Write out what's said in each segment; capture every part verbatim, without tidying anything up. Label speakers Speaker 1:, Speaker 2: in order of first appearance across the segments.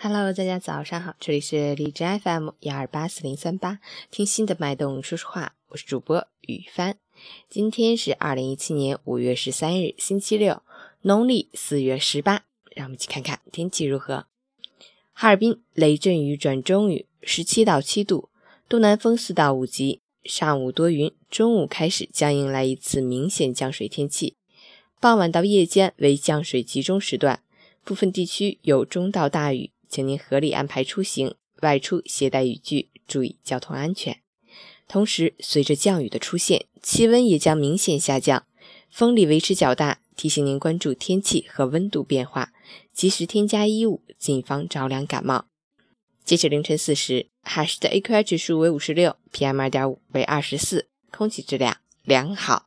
Speaker 1: Hello， 大家早上好，这里是荔枝 F M 一二八四零三八，听心的脉动说说话，我是主播雨帆。今天是二零一七年五月十三日，星期六，农历四月十八。让我们一起看看天气如何。哈尔滨雷阵雨转中雨，十七到七度，东南风四到五级，上午多云，中午开始将迎来一次明显降水天气，傍晚到夜间为降水集中时段，部分地区有中到大雨，请您合理安排出行，外出携带雨具，注意交通安全。同时，随着降雨的出现，气温也将明显下降，风力维持较大，提醒您关注天气和温度变化，及时添加衣物，谨防着凉感冒。截止凌晨四时，哈市的 A Q I 指数为五十六， P M 二点五 为二十四，空气质量良好。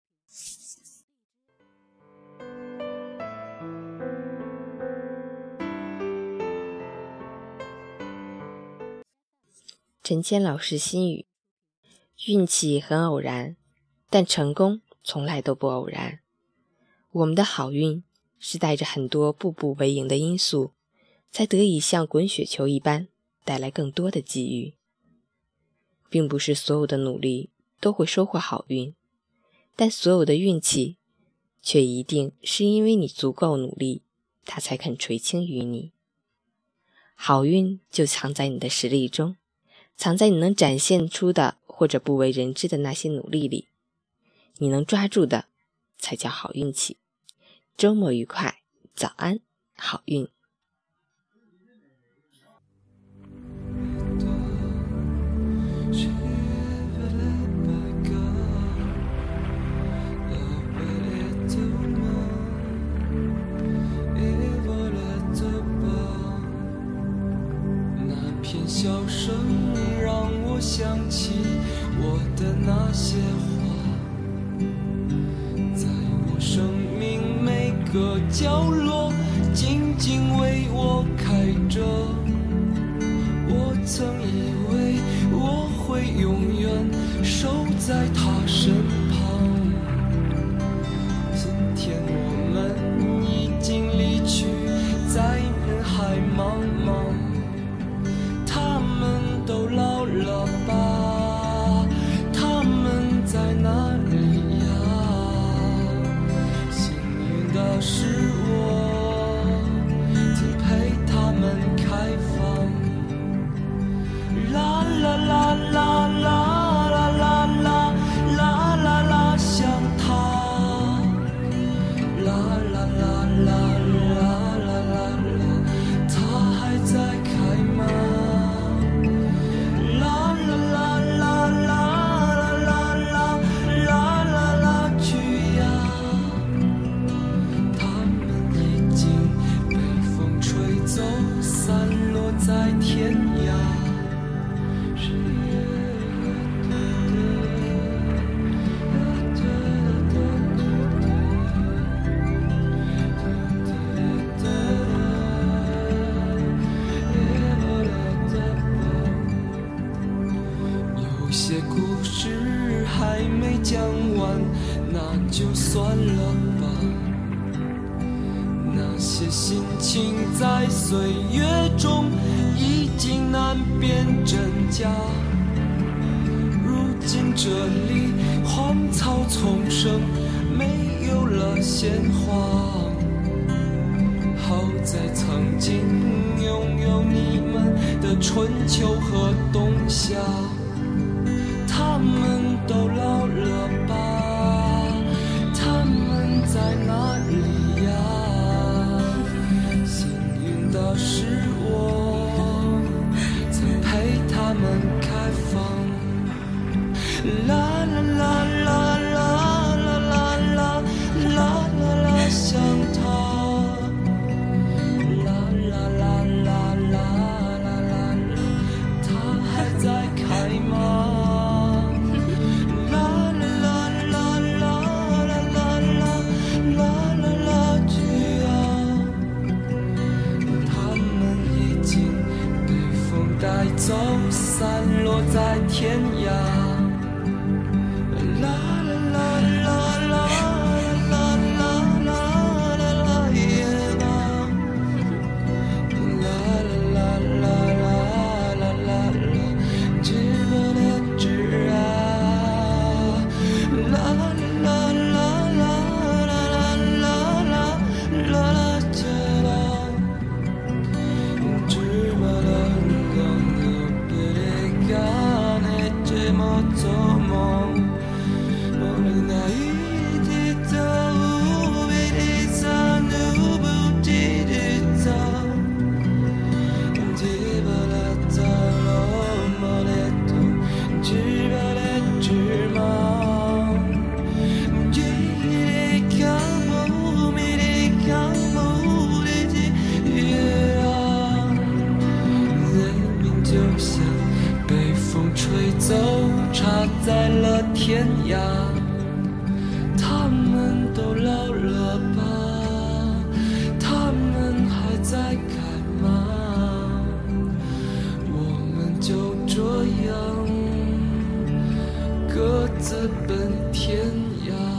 Speaker 1: 陈谦老师心语：运气很偶然，但成功从来都不偶然。我们的好运是带着很多步步为营的因素，才得以像滚雪球一般带来更多的机遇。并不是所有的努力都会收获好运，但所有的运气却一定是因为你足够努力，它才肯垂青于你。好运就藏在你的实力中，藏在你能展现出的或者不为人知的那些努力里，你能抓住的才叫好运气。周末愉快，早安，好运。
Speaker 2: 那片笑声让我想起我的那些话，在我生命每个角落静静为我开着。我曾以为我会永远守在他身旁，今天我们已经离去，在人海茫茫，他们都老了吧？他们在哪里呀？幸运的是我曾陪他们开放。啦啦啦啦啦啦啦啦啦啦啦，像他。啦啦啦啦啦啦啦啦，他还在开吗？啦啦啦啦啦啦啦啦啦啦啦，去呀！他们已经被风吹走，散落在天涯。有些故事还没讲完，那就算了吧。那些心情在岁月中已经难辨真假。如今这里荒草丛生，没有了鲜花。好在曾经拥有你们的春秋和冬夏。他们都老了吧？他们在哪里呀？幸运的是我曾陪他们开放。啦啦啦啦啦啦啦啦啦啦啦，像他。啦啦啦啦啦啦啦啦，他还在开吗？带走，散落在天涯。啦啦啦啦啦啦啦啦啦啦，耶啦，啦啦。 自奔天涯。